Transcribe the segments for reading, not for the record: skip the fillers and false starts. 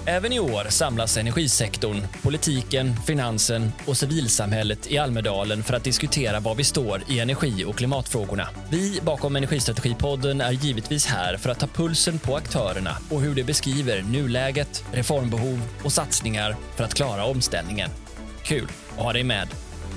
Även i år samlas energisektorn, politiken, finansen och civilsamhället i Almedalen för att diskutera var vi står i energi- och klimatfrågorna. Vi bakom Energistrategipodden är givetvis här för att ta pulsen på aktörerna och hur de beskriver nuläget, reformbehov och satsningar för att klara omställningen. Kul att ha dig med!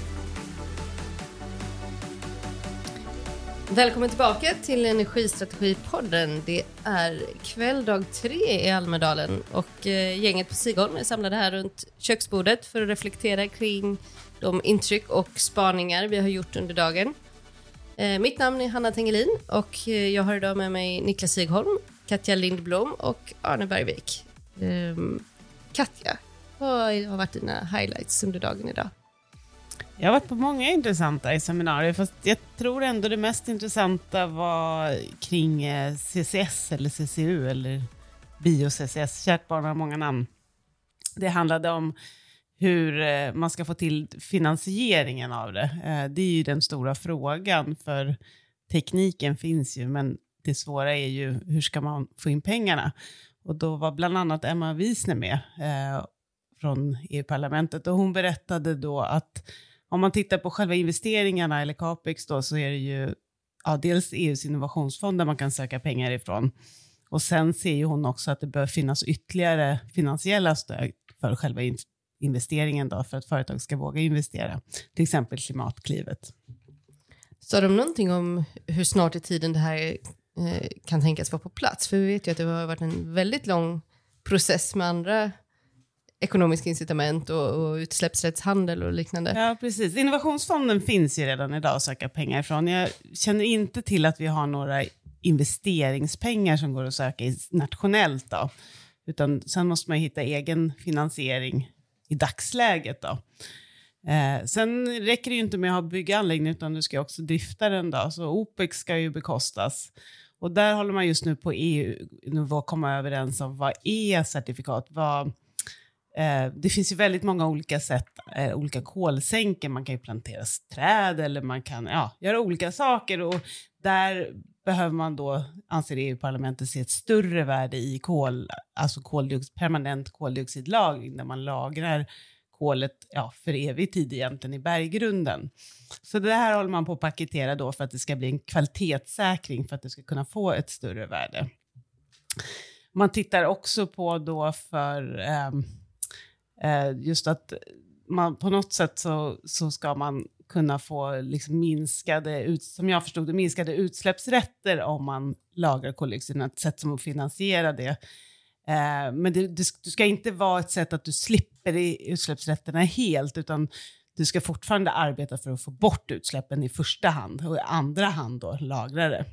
Välkommen tillbaka till Energistrategipodden. Det är kväll dag 3 i Almedalen och gänget på Sigholm är samlade här runt köksbordet för att reflektera kring de intryck och spaningar vi har gjort under dagen. Mitt namn är Hanna Tengelin och jag har idag med mig Niklas Sigholm, Katja Lindblom och Arne Bergvik. Katja, vad har varit dina highlights under dagen idag? Jag har varit på många intressanta seminarier, fast jag tror ändå det mest intressanta var kring CCS eller CCU eller bio-CCS. Kärt barn har många namn. Det handlade om hur man ska få till finansieringen av det. Det är ju den stora frågan, för tekniken finns ju, men det svåra är ju hur ska man få in pengarna. Och då var bland annat Emma Wiesner med från EU-parlamentet, och hon berättade då att om man tittar på själva investeringarna eller capex då, så är det ju dels EUs innovationsfond där man kan söka pengar ifrån. Och sen ser ju hon också att det bör finnas ytterligare finansiella stöd för själva investeringen då, för att företag ska våga investera. Till exempel Klimatklivet. Sa de någonting om hur snart i tiden det här kan tänkas vara på plats? För vi vet ju att det har varit en väldigt lång process med andra ekonomiska incitament och utsläppsrättshandel och liknande. Ja, precis. Innovationsfonden finns ju redan idag att söka pengar ifrån. Jag känner inte till att vi har några investeringspengar som går att söka nationellt då. Utan sen måste man hitta egen finansiering i dagsläget då. Sen räcker det ju inte med att ha bygganläggning, utan du ska också drifta den då. Så OPEX ska ju bekostas. Och där håller man just nu på EU-nivå komma överens om vad är certifikat, det finns ju väldigt många olika sätt, olika kolsänkor. Man kan ju plantera träd eller man kan göra olika saker. Och där behöver man då, anser EU-parlamentet, se ett större värde i permanent koldioxidlagring, där man lagrar kolet för evig tid egentligen i berggrunden. Så det här håller man på att paketera då för att det ska bli en kvalitetssäkring, för att det ska kunna få ett större värde. Man tittar också på då för just att man på något sätt så ska man kunna få liksom minskade utsläppsrätter om man lagrar koldioxid, ett sätt som att finansiera det. Men det ska inte vara ett sätt att du slipper utsläppsrätterna helt, utan du ska fortfarande arbeta för att få bort utsläppen i första hand, och i andra hand då lagra det.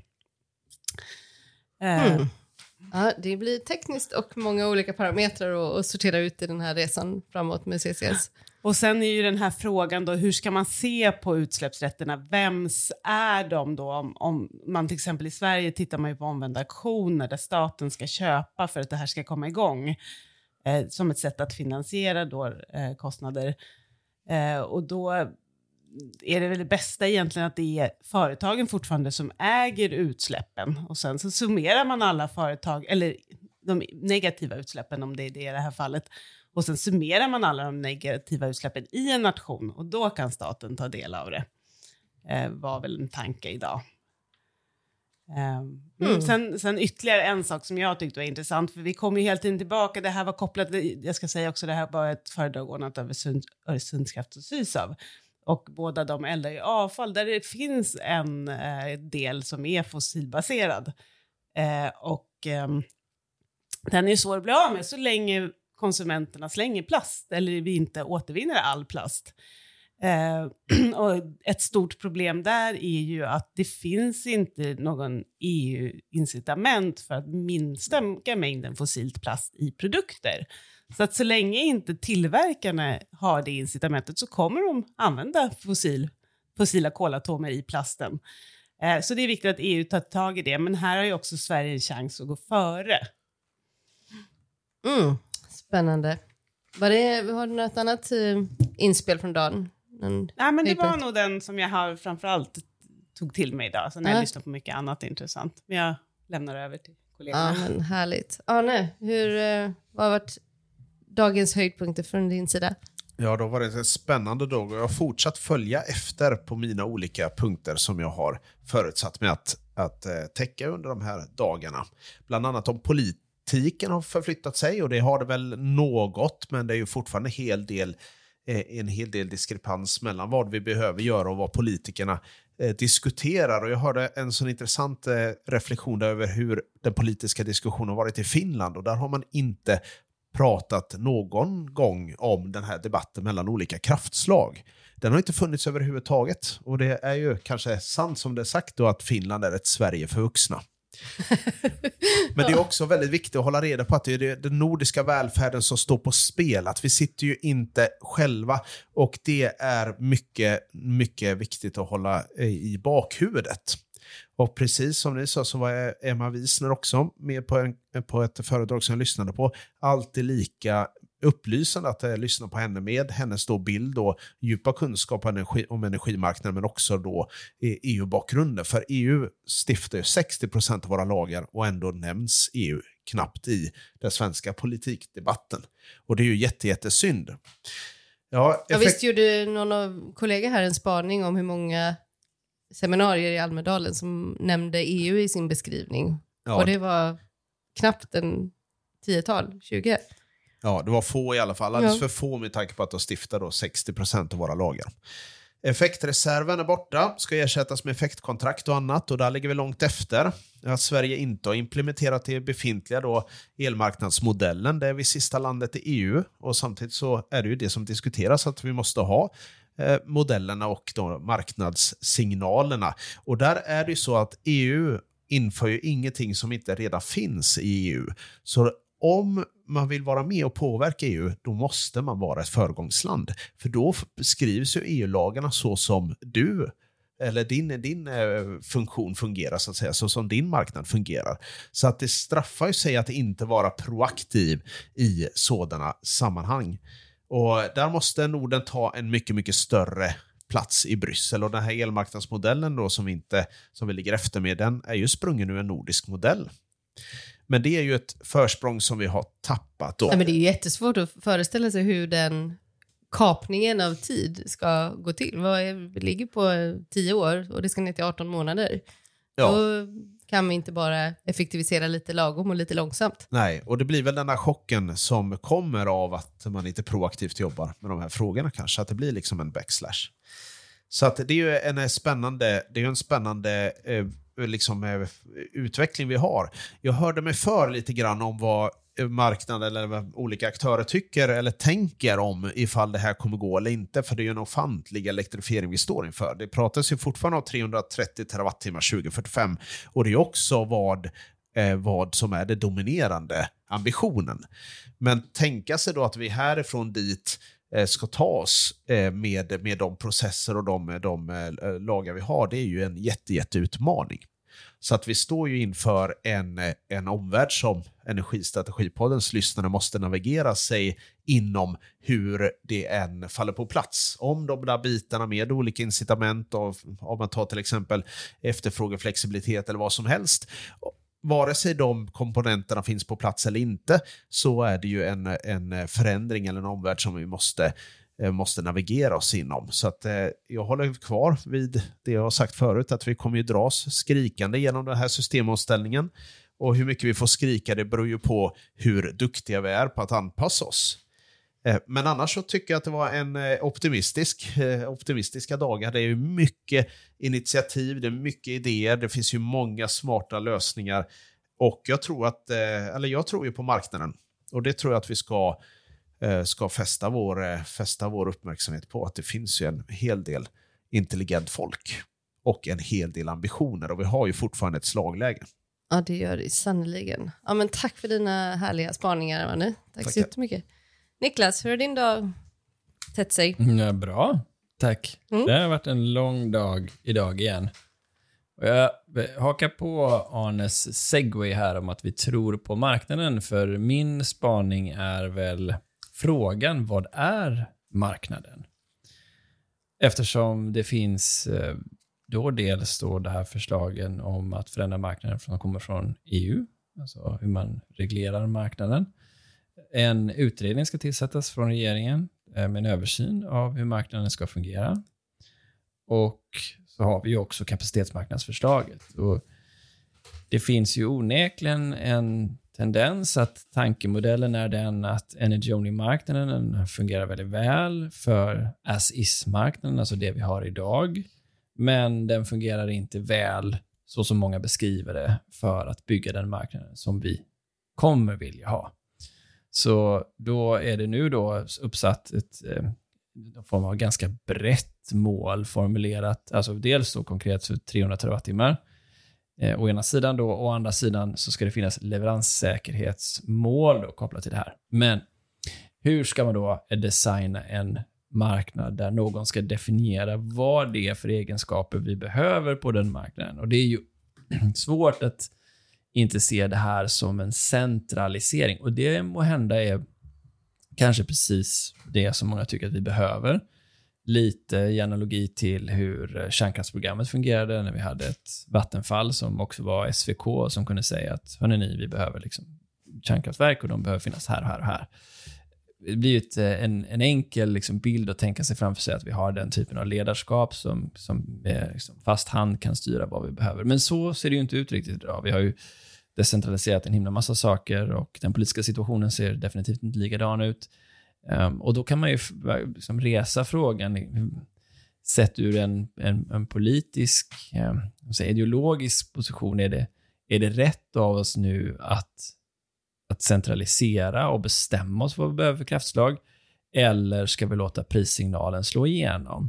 Ja, det blir tekniskt och många olika parametrar att sortera ut i den här resan framåt med CCS. Och sen är ju den här frågan då, hur ska man se på utsläppsrätterna? Vems är de då? Om man till exempel i Sverige tittar man ju på omvända auktioner där staten ska köpa för att det här ska komma igång. Som ett sätt att finansiera då kostnader. Och då är det väl det bästa egentligen att det är företagen fortfarande som äger utsläppen. Och sen så summerar man alla företag, eller de negativa utsläppen om det är det i det här fallet. Och sen summerar man alla de negativa utsläppen i en nation. Och då kan staten ta del av det. Var väl en tanke idag. Sen ytterligare en sak som jag tyckte var intressant. För vi kommer ju helt tiden tillbaka. Det här var kopplat, jag ska säga också, det här var ett föredrag ordnat över Öresundskraft och Sysav. Och båda de eldar ju avfall där det finns en del som är fossilbaserad. Den är svår att bli av med så länge konsumenterna slänger plast eller vi inte återvinner all plast. Och ett stort problem där är ju att det finns inte någon EU-incitament för att minska mängden fossilt plast i produkter. Så att så länge inte tillverkarna har det incitamentet så kommer de använda fossila kolatomer i plasten. Så det är viktigt att EU tar tag i det. Men här har ju också Sverige en chans att gå före. Spännande. Har du något annat inspel från dagen? Nej, men det var nog den som jag har framförallt tog till mig idag. Så när jag lyssnar på mycket annat intressant. Men jag lämnar över till kollegorna. Ja, men härligt. Arne, vad har varit dagens höjdpunkter från din sida? Ja, då var det en spännande dag och jag har fortsatt följa efter på mina olika punkter som jag har förutsatt mig att täcka under de här dagarna. Bland annat om politiken har förflyttat sig, och det har det väl något, men det är ju fortfarande en hel del diskrepans mellan vad vi behöver göra och vad politikerna diskuterar. Och jag hörde en sån intressant reflektion över hur den politiska diskussionen har varit i Finland, och där har man inte pratat någon gång om den här debatten mellan olika kraftslag. Den har inte funnits överhuvudtaget, och det är ju kanske sant som det är sagt då att Finland är ett Sverige för vuxna. Men det är också väldigt viktigt att hålla reda på att det är den nordiska välfärden som står på spel, att vi sitter ju inte själva, och det är mycket, mycket viktigt att hålla i bakhuvudet. Och precis som ni sa så var Emma Wiesner också med på ett föredrag som jag lyssnade på. Alltid lika upplysande att lyssna på henne med hennes då bild och djupa kunskap om energimarknaden, men också då EU-bakgrunden. För EU stiftar ju 60% av våra lagar, och ändå nämns EU knappt i den svenska politikdebatten. Och det är ju jättesynd. Ja, visst gjorde någon av kollegor här en spaning om hur många seminarier i Almedalen som nämnde EU i sin beskrivning. Ja. Och det var knappt en 10-tal, 20. Ja, det var få i alla fall. Alldeles för få med tanke på att de stiftar då 60% av våra lagar. Effektreserven är borta, ska ersättas med effektkontrakt och annat, och där ligger vi långt efter. Att Sverige inte har implementerat det befintliga då elmarknadsmodellen. Det är vi sista landet i EU, och samtidigt så är det ju det som diskuteras att vi måste ha modellerna och då marknadssignalerna. Och där är det ju så att EU inför ju ingenting som inte redan finns i EU. Så om man vill vara med och påverka EU, då måste man vara ett föregångsland. För då skrivs ju EU-lagarna så som du eller din funktion fungerar, så att säga, så som din marknad fungerar. Så att det straffar ju sig att inte vara proaktiv i sådana sammanhang. Och där måste Norden ta en mycket, mycket större plats i Bryssel. Och den här elmarknadsmodellen då som vi ligger efter med, den är ju sprungen ur en nordisk modell. Men det är ju ett försprång som vi har tappat då. Ja, men det är ju jättesvårt att föreställa sig hur den kapningen av tid ska gå till. Vi ligger på 10 år och det ska ner till 18 månader. Ja. Då kan vi inte bara effektivisera lite lagom och lite långsamt. Nej, och det blir väl den här chocken som kommer av att man inte proaktivt jobbar med de här frågorna kanske. Att det blir liksom en backslash. Så att det är ju en spännande utveckling vi har. Jag hörde mig för lite grann om vad marknaden eller vad olika aktörer tycker eller tänker om ifall det här kommer gå eller inte, för det är ju en ofantlig elektrifiering vi står inför. Det pratas ju fortfarande om 330 terawattimmar 2045, och det är också vad som är det dominerande ambitionen. Men tänka sig då att vi härifrån dit ska ta oss med de processer och de lagar vi har, det är ju en jätteutmaning. Så att vi står ju inför en omvärld som Energistrategipoddens lyssnare måste navigera sig inom, hur det än faller på plats. Om de där bitarna med olika incitament, om man tar till exempel efterfrågeflexibilitet eller vad som helst, vare sig de komponenterna finns på plats eller inte, så är det ju en förändring eller en omvärld som vi måste navigera oss inom. Så att jag håller kvar vid det jag har sagt förut, att vi kommer ju dras skrikande genom den här systemomställningen, och hur mycket vi får skrika, det beror ju på hur duktiga vi är på att anpassa oss. Men annars så tycker jag att det var en optimistiska dagar. Det är ju mycket initiativ, det är mycket idéer, det finns ju många smarta lösningar, och jag tror ju på marknaden, och det tror jag att vi ska fästa vår uppmärksamhet på, att det finns ju en hel del intelligent folk och en hel del ambitioner, och vi har ju fortfarande ett slagläge. Ja, det gör det sannoliken. Ja, men tack för dina härliga spaningar, Manny. Tack så jättemycket. Niklas, hur har din dag tätt sig? Ja, bra, tack. Det har varit en lång dag idag igen. Och jag hakar på Arnes segway här om att vi tror på marknaden, för min spaning är väl frågan, vad är marknaden? Eftersom det finns då dels då det här förslagen om att förändra marknaden som kommer från EU, alltså hur man reglerar marknaden. En utredning ska tillsättas från regeringen med en översyn av hur marknaden ska fungera. Och så har vi ju också kapacitetsmarknadsförslaget. Och det finns ju onekligen en tendens att tankemodellen är den att energy only-marknaden fungerar väldigt väl för as-is-marknaden, alltså det vi har idag. Men den fungerar inte väl, så som många beskriver det, för att bygga den marknaden som vi kommer vilja ha. Så då är det nu då uppsatt ett form av ganska brett mål formulerat, alltså dels så konkret för 300 terawattimmar å ena sidan då, å andra sidan så ska det finnas leveranssäkerhetsmål då, kopplat till det här. Men hur ska man då designa en marknad där någon ska definiera vad det är för egenskaper vi behöver på den marknaden? Och det är ju svårt att inte se det här som en centralisering. Och det må hända är kanske precis det som många tycker att vi behöver. Lite i analogi till hur kärnkraftsprogrammet fungerade när vi hade ett Vattenfall som också var SVK som kunde säga att hörni, vi behöver liksom kärnkraftverk och de behöver finnas här och här och här. Det blir ju en enkel liksom bild att tänka sig framför sig att vi har den typen av ledarskap som liksom fast hand kan styra vad vi behöver. Men så ser det ju inte ut riktigt idag. Vi har ju decentraliserat en himla massa saker och den politiska situationen ser definitivt inte likadan ut. Och då kan man ju liksom resa frågan sett ur en politisk ideologisk position. Är det rätt av oss nu att centralisera och bestämma oss vad vi behöver för kraftslag, eller ska vi låta prissignalen slå igenom?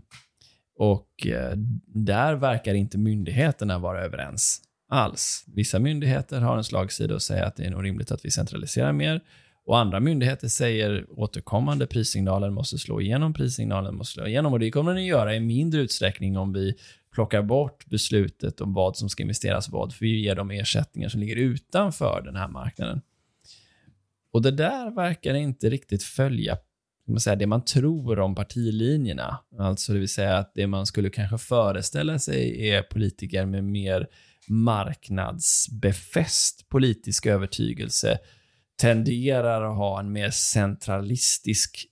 Och där verkar inte myndigheterna vara överens alls. Vissa myndigheter har en slagsida och säger att det är nog rimligt att vi centraliserar mer, och andra myndigheter säger återkommande prissignalen måste slå igenom, och det kommer den att göra i mindre utsträckning om vi plockar bort beslutet om vad som ska investeras vad, för vi ger de ersättningar som ligger utanför den här marknaden. Och det där verkar inte riktigt följa det man tror om partilinjerna. Alltså det vill säga att det man skulle kanske föreställa sig är politiker med mer marknadsbefäst politisk övertygelse tenderar att ha en mer centralistisk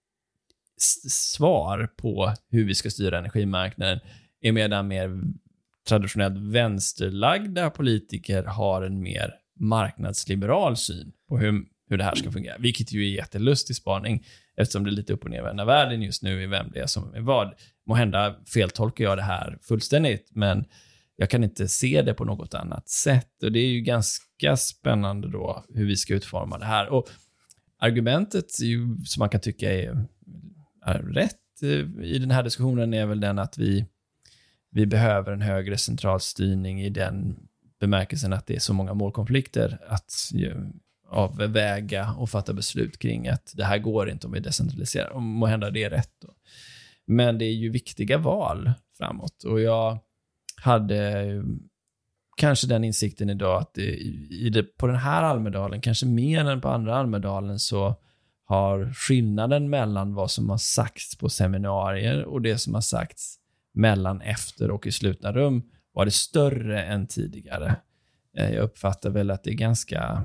svar på hur vi ska styra energimarknaden, medan mer traditionellt vänsterlagda politiker har en mer marknadsliberal syn på hur det här ska fungera. Vilket ju är jättelustig spaning eftersom det är lite upp och ner i världen just nu i vem det är som är vad. Måhända feltolkar jag det här fullständigt, men jag kan inte se det på något annat sätt. Och det är ju ganska spännande då hur vi ska utforma det här. Och argumentet ju, som man kan tycka är rätt i den här diskussionen är väl den att vi behöver en högre centralstyrning i den bemärkelsen att det är så många målkonflikter att avväga och fatta beslut kring att det här går inte om vi decentraliserar. Och måhända det är rätt då. Men det är ju viktiga val framåt. Och jag hade kanske den insikten idag att på den här Almedalen, kanske mer än på andra Almedalen, så har skillnaden mellan vad som har sagts på seminarier och det som har sagts mellan efter och i slutna rum var det större än tidigare. Jag uppfattar väl att det är ganska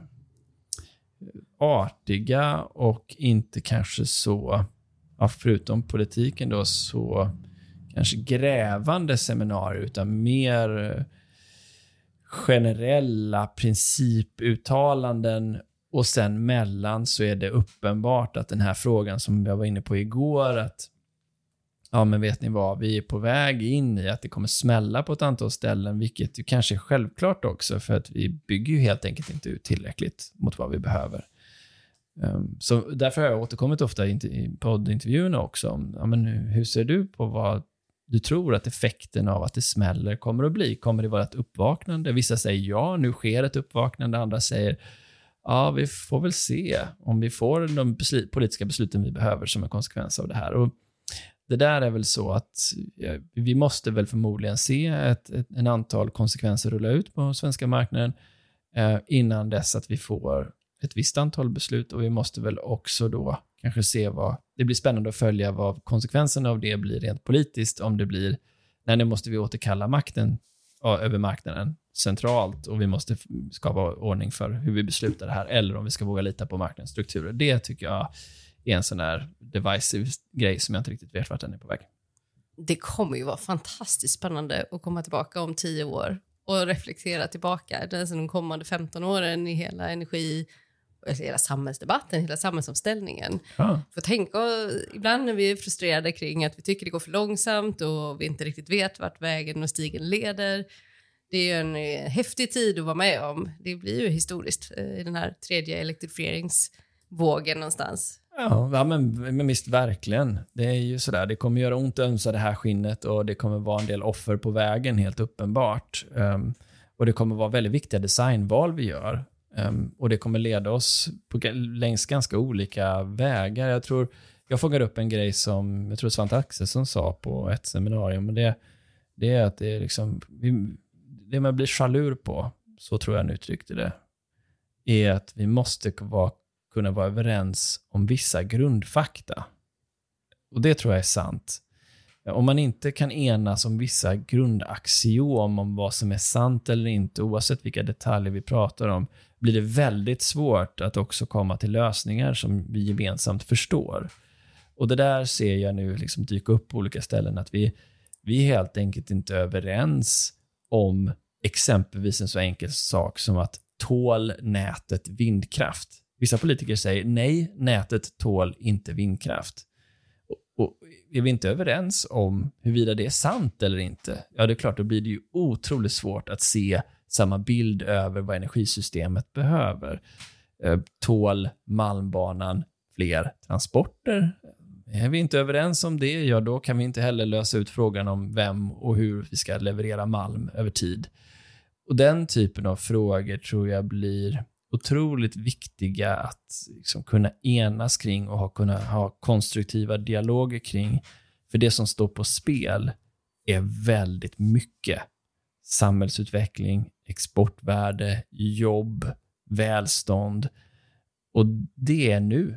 artiga och inte kanske så, förutom politiken då, så kanske grävande seminarier, utan mer generella principuttalanden, och sen mellan så är det uppenbart att den här frågan som jag var inne på igår, att men vet ni vad, vi är på väg in i att det kommer smälla på ett antal ställen, vilket ju kanske är självklart också, för att vi bygger ju helt enkelt inte ut tillräckligt mot vad vi behöver. Så därför har jag återkommit ofta i poddintervjuerna också om, men hur ser du på vad du tror att effekten av att det smäller kommer att bli? Kommer det vara ett uppvaknande? Vissa säger ja, nu sker ett uppvaknande. Andra säger vi får väl se om vi får de politiska besluten vi behöver som en konsekvens av det här. Och det där är väl så att vi måste väl förmodligen se en antal konsekvenser rulla ut på svenska marknaden innan dess att vi får ett visst antal beslut, och vi måste väl också då kanske se det blir spännande att följa vad konsekvenserna av det blir rent politiskt, om det blir, nu måste vi återkalla makten över marknaden centralt och vi måste skapa ordning för hur vi beslutar det här eller om vi ska våga lita på marknadens strukturer. Det tycker jag är en sån där divisive grej som jag inte riktigt vet vart den är på väg. Det kommer ju vara fantastiskt spännande att komma tillbaka om 10 år och reflektera tillbaka de kommande 15 åren i hela hela samhällsdebatten, hela samhällsomställningen. För tänka, ibland när vi är frustrerade kring att vi tycker det går för långsamt och vi inte riktigt vet vart vägen och stigen leder. Det är ju en häftig tid att vara med om. Det blir ju historiskt i den här 3:e elektrifieringsvågen någonstans. Ja, men visst, verkligen. Det är ju sådär, det kommer göra ont att önsa det här skinnet och det kommer vara en del offer på vägen, helt uppenbart. Och det kommer vara väldigt viktiga designval vi gör. Och det kommer leda oss längs ganska olika vägar. Jag fångade upp en grej som jag tror Svante Axelsson sa på ett seminarium. Men det är att det är liksom, det man blir chalur på, så tror jag han uttryckte det, är att vi måste kunna vara överens om vissa grundfakta. Och det tror jag är sant. Om man inte kan enas om vissa grundaxiom om vad som är sant eller inte, oavsett vilka detaljer vi pratar om, blir det väldigt svårt att också komma till lösningar som vi gemensamt förstår. Och det där ser jag nu liksom dyka upp på olika ställen, att vi är helt enkelt inte överens om exempelvis en så enkel sak som att tål nätet vindkraft. Vissa politiker säger nej, nätet tål inte vindkraft. Och är vi inte överens om huruvida det är sant eller inte, ja, det är klart, då blir det ju otroligt svårt att se samma bild över vad energisystemet behöver. Tål Malmbanan fler transporter? Är vi inte överens om det, ja, då kan vi inte heller lösa ut frågan om vem och hur vi ska leverera malm över tid. Och den typen av frågor tror jag blir otroligt viktiga att liksom kunna enas kring och kunna ha konstruktiva dialoger kring. För det som står på spel är väldigt mycket samhällsutveckling, exportvärde, jobb, välstånd. Och det är nu.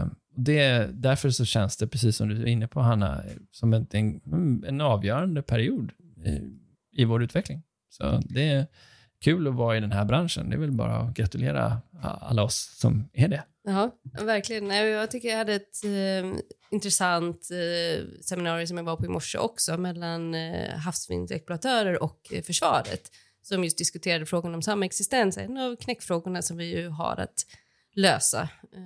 Därför så känns det, precis som du är inne på, Hanna, som en avgörande period i vår utveckling. Så det är kul att vara i den här branschen. Det är väl bara att gratulera alla oss som är det. Ja, verkligen. Jag tycker jag hade ett intressant seminarium som jag var på i morse också mellan havsvindexploatörer och försvaret, som just diskuterade frågan om samexistens, en av knäckfrågorna som vi ju har att lösa.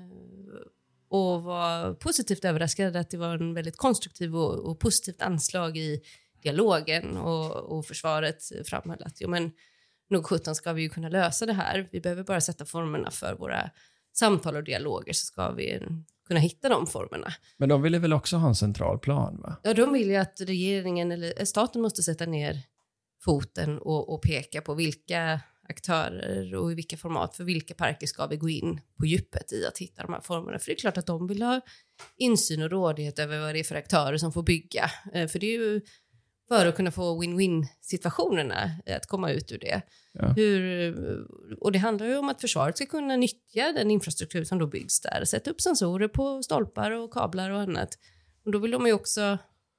Och var positivt överraskad att det var en väldigt konstruktiv och positivt anslag i dialogen, och försvaret framhöll att nog 17 ska vi ju kunna lösa det här. Vi behöver bara sätta formerna för våra samtal och dialoger, så ska vi kunna hitta de formerna. Men de ville väl också ha en central plan, va? Ja, de vill ju att regeringen eller staten måste sätta ner foten och peka på vilka aktörer och i vilka format, för vilka parker ska vi gå in på djupet i att hitta de här formerna. För det är klart att de vill ha insyn och rådighet över vad det är för aktörer som får bygga. För det är ju för att kunna få win-win-situationerna, att komma ut ur det. Ja. Och det handlar ju om att försvaret ska kunna nyttja den infrastruktur som då byggs där. Sätta upp sensorer på stolpar och kablar och annat. Och då vill de ju också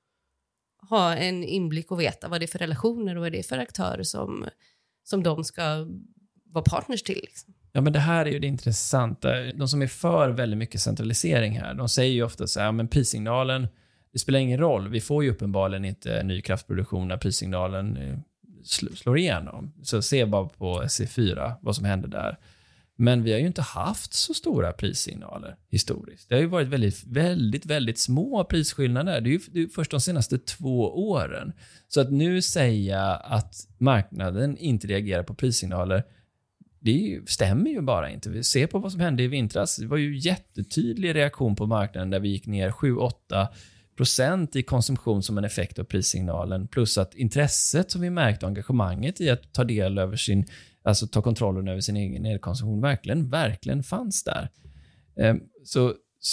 ha en inblick och veta vad det är för relationer och vad det är för aktörer som de ska vara partners till. Liksom. Ja, men det här är ju det intressanta. De som är för väldigt mycket centralisering här, de säger ju ofta så här, men prissignalen, det spelar ingen roll. Vi får ju uppenbarligen inte ny kraftproduktion när prissignalen slår igenom. Så se bara på SE4 vad som händer där. Men vi har ju inte haft så stora prissignaler historiskt. Det har ju varit väldigt, väldigt, väldigt små prisskillnader. Det är ju först de senaste 2 åren. Så att nu säga att marknaden inte reagerar på prissignaler, det stämmer ju bara inte. Vi ser på vad som hände i vintras. Det var ju jättetydlig reaktion på marknaden där vi gick ner 7-8% i konsumtion som en effekt av prissignalen. Plus att intresset som vi märkte, engagemanget i att ta del över alltså ta kontrollen över sin egen elkonsumtion verkligen fanns där. Så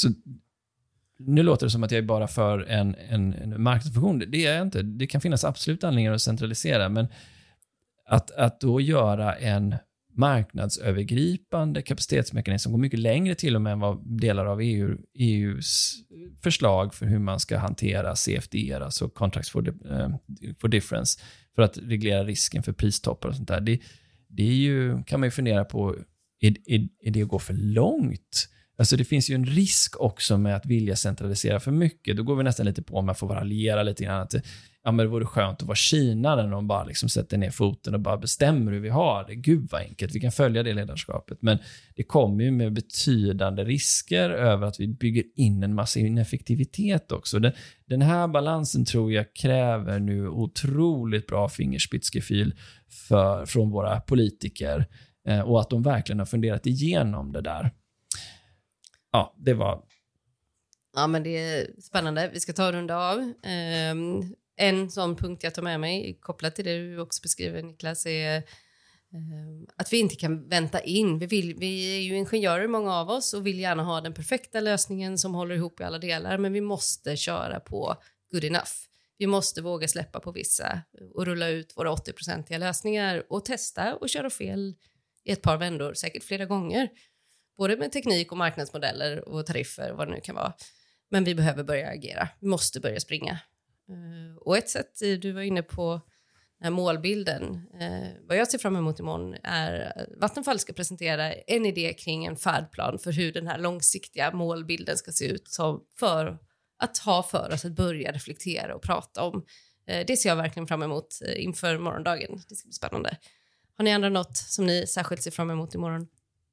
nu låter det som att jag är bara för en marknadsfunktion. Det är jag inte. Det kan finnas absolut anledningar att centralisera, men att då göra en marknadsövergripande kapacitetsmekanism som går mycket längre till och med än vad delar av EUs förslag för hur man ska hantera CFD, alltså Contracts for Difference, för att reglera risken för pristoppar och sånt där. Det är ju, kan man ju fundera på, är det att gå för långt? Alltså det finns ju en risk också med att vilja centralisera för mycket. Då går vi nästan lite på, om jag får variera lite grann, att ja, men det vore skönt att vara Kina när de bara liksom sätter ner foten och bara bestämmer hur vi har det. Gud vad enkelt, vi kan följa det ledarskapet. Men det kommer ju med betydande risker över att vi bygger in en massa ineffektivitet också. Den här balansen tror jag kräver nu otroligt bra fingerspitzgefühl från våra politiker. Och att de verkligen har funderat igenom det där. Ja, det var... Ja, men det är spännande. Vi ska ta och runda av. En sån punkt jag tar med mig, kopplat till det du också beskriver, Niklas, är att vi inte kan vänta in. Vi är ju ingenjörer, många av oss, och vill gärna ha den perfekta lösningen som håller ihop i alla delar. Men vi måste köra på good enough. Vi måste våga släppa på vissa och rulla ut våra 80-procentiga lösningar och testa och köra fel i ett par vändor, säkert flera gånger. Både med teknik och marknadsmodeller och tariffer och vad det nu kan vara. Men vi behöver börja agera. Vi måste börja springa. Och ett sätt, du var inne på den här målbilden. Vad jag ser fram emot imorgon är att Vattenfall ska presentera en idé kring en färdplan för hur den här långsiktiga målbilden ska se ut, för att ha för oss att börja reflektera och prata om. Det ser jag verkligen fram emot inför morgondagen. Det ska bli spännande. Har ni andra något som ni särskilt ser fram emot imorgon?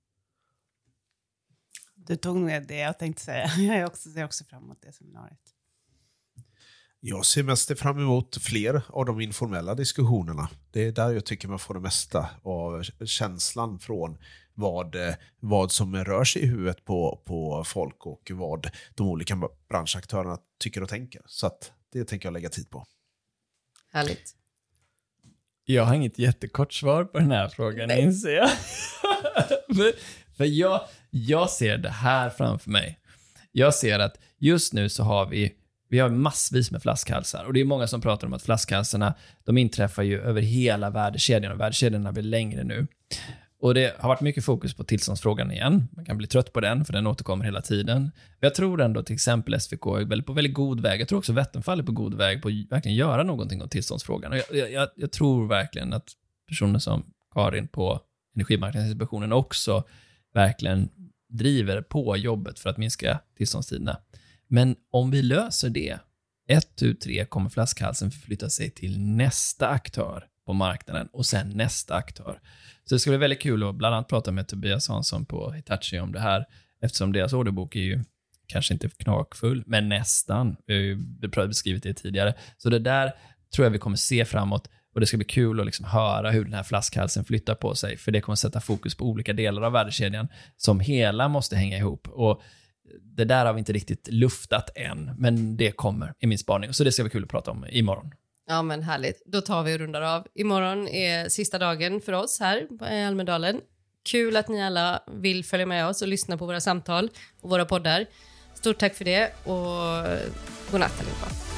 Du tog med det jag tänkte säga. Jag ser också fram emot det seminariet. Jag ser mest fram emot fler av de informella diskussionerna. Det är där jag tycker man får det mesta av känslan från vad som rör sig i huvudet på folk och vad de olika branschaktörerna tycker och tänker. Så att det tänker jag lägga tid på. Härligt. Jag har inget jättekort svar på den här frågan, inser jag. för jag ser det här framför mig. Jag ser att just nu så har vi har massvis med flaskhalsar. Och det är många som pratar om att flaskhalsarna, de inträffar ju över hela värdekedjan. Och värdekedjorna blir längre nu. Och det har varit mycket fokus på tillståndsfrågan igen. Man kan bli trött på den, för den återkommer hela tiden. Men jag tror ändå till exempel SVK är på väldigt god väg. Jag tror också Vattenfall är på god väg på att verkligen göra någonting åt tillståndsfrågan. Och jag tror verkligen att personer som Karin på Energimarknadsinspektionen också verkligen driver på jobbet för att minska tillståndstiderna. Men om vi löser det, 1, 2, 3 kommer flaskhalsen förflytta sig till nästa aktör på marknaden och sen nästa aktör. Så det ska bli väldigt kul att bland annat prata med Tobias Hansson på Hitachi om det här, eftersom deras orderbok är ju kanske inte knakfull, men nästan. Vi har beskrivit det tidigare. Så det där tror jag vi kommer se framåt, och det ska bli kul att liksom höra hur den här flaskhalsen flyttar på sig, för det kommer sätta fokus på olika delar av värdekedjan som hela måste hänga ihop. Och det där har vi inte riktigt luftat än, men det kommer i min spaning. Så det ska bli kul att prata om imorgon. Ja, men härligt. Då tar vi och rundar av. Imorgon är sista dagen för oss här på Almedalen. Kul att ni alla vill följa med oss och lyssna på våra samtal och våra poddar. Stort tack för det och god natt allihopa.